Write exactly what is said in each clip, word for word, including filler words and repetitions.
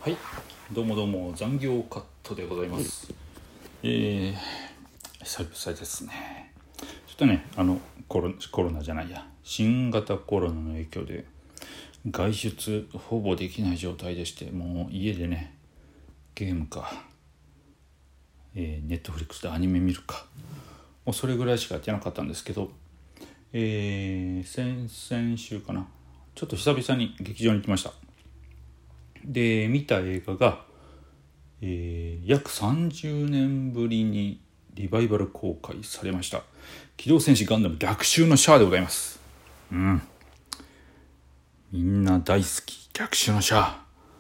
はい、どうもどうも残業カットでございます。えー、久々ですね。ちょっとね、あのコロ、コロナじゃないや、新型コロナの影響で外出ほぼできない状態でして、もう家でね、ゲームか、えー、ネットフリックスでアニメ見るか、もうそれぐらいしかやってなかったんですけど、えー、先々週かな、ちょっと久々に劇場に行きました。で、見た映画が、えー、約さんじゅうねんぶりにリバイバル公開されました機動戦士ガンダム逆襲のシャアでございます。うん、みんな大好き逆襲のシャア。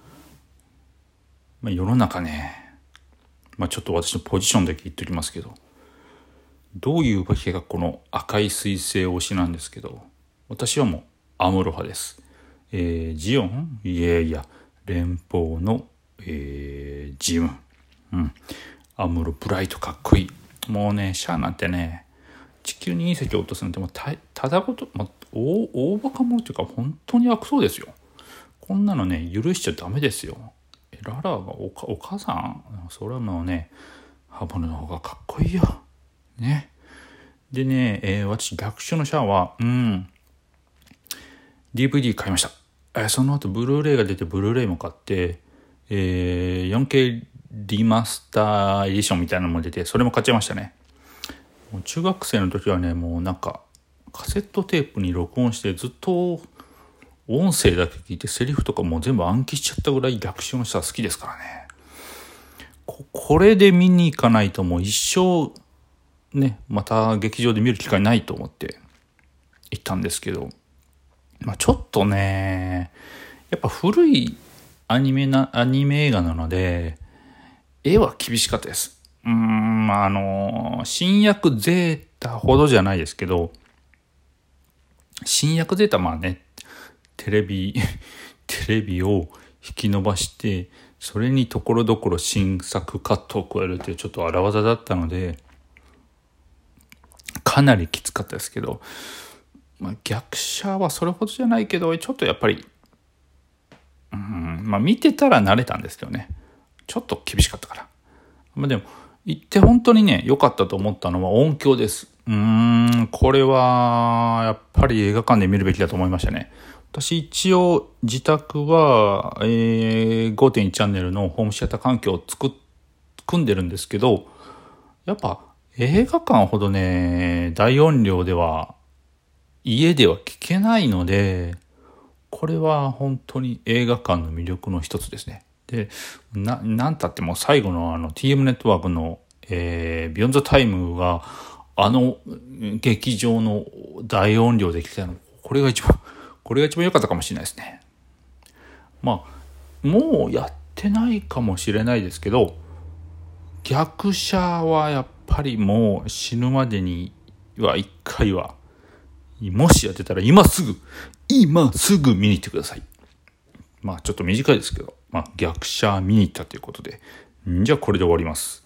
まあ、世の中ね、まあ、ちょっと私のポジションだけ言っておきますけど、どういうわけがこの赤い彗星推しなんですけど、私はもうアムロ派です。えー、ジオンいやいや連邦の、えー、ジム、うん、アムロブライトかっこいい。もうね、シャアなんてね、地球に隕石を落とすなんてもう た, ただごと、まあ、大, 大バカ者というか本当に悪そうですよ。こんなのね許しちゃダメですよ。ララが お, お母さん、それはもうね、ハボヌの方がかっこいいよね。でね、えー、私逆襲のシャアはうん ディーブイディー 買いました。えー、その後ブルーレイが出てブルーレイも買って、えー、よんケー リマスターエディションみたいなのも出て、それも買っちゃいましたね。もう中学生の時はね、もうなんかカセットテープに録音してずっと音声だけ聞いてセリフとかもう全部暗記しちゃったぐらい逆襲の人は好きですからね。 こ, これで見に行かないともう一生ね、また劇場で見る機会ないと思って行ったんですけど、まあ、ちょっとね、やっぱ古いアニメな、アニメ映画なので、絵は厳しかったです。うーん、あの、新薬ゼータほどじゃないですけど、新薬ゼータまあね、テレビ、テレビを引き伸ばして、それにところどころ新作カットを加えるというちょっと荒技だったので、かなりきつかったですけど、まあ、逆者はそれほどじゃないけど、ちょっとやっぱり、うん、まあ見てたら慣れたんですけどね。ちょっと厳しかったから。まあでも、行って本当にね、良かったと思ったのは音響です。うーん、これは、やっぱり映画館で見るべきだと思いましたね。私一応自宅は、えー、ごてんいち チャンネルのホームシアター環境を作っ、組んでるんですけど、やっぱ映画館ほどね、大音量では、家では聞けないので、これは本当に映画館の魅力の一つですね。で、な、なんたっても最後のあの ティーエム ネットワークの、えー、ビヨンドタイムがあの劇場の大音量で聞きたいの、これが一番、これが一番良かったかもしれないですね。まあ、もうやってないかもしれないですけど、逆者はやっぱりもう死ぬまでには一回は、もしやってたら今すぐ、今すぐ見に行ってください。まあちょっと短いですけど、まあ逆者見に行ったということで、んじゃあこれで終わります。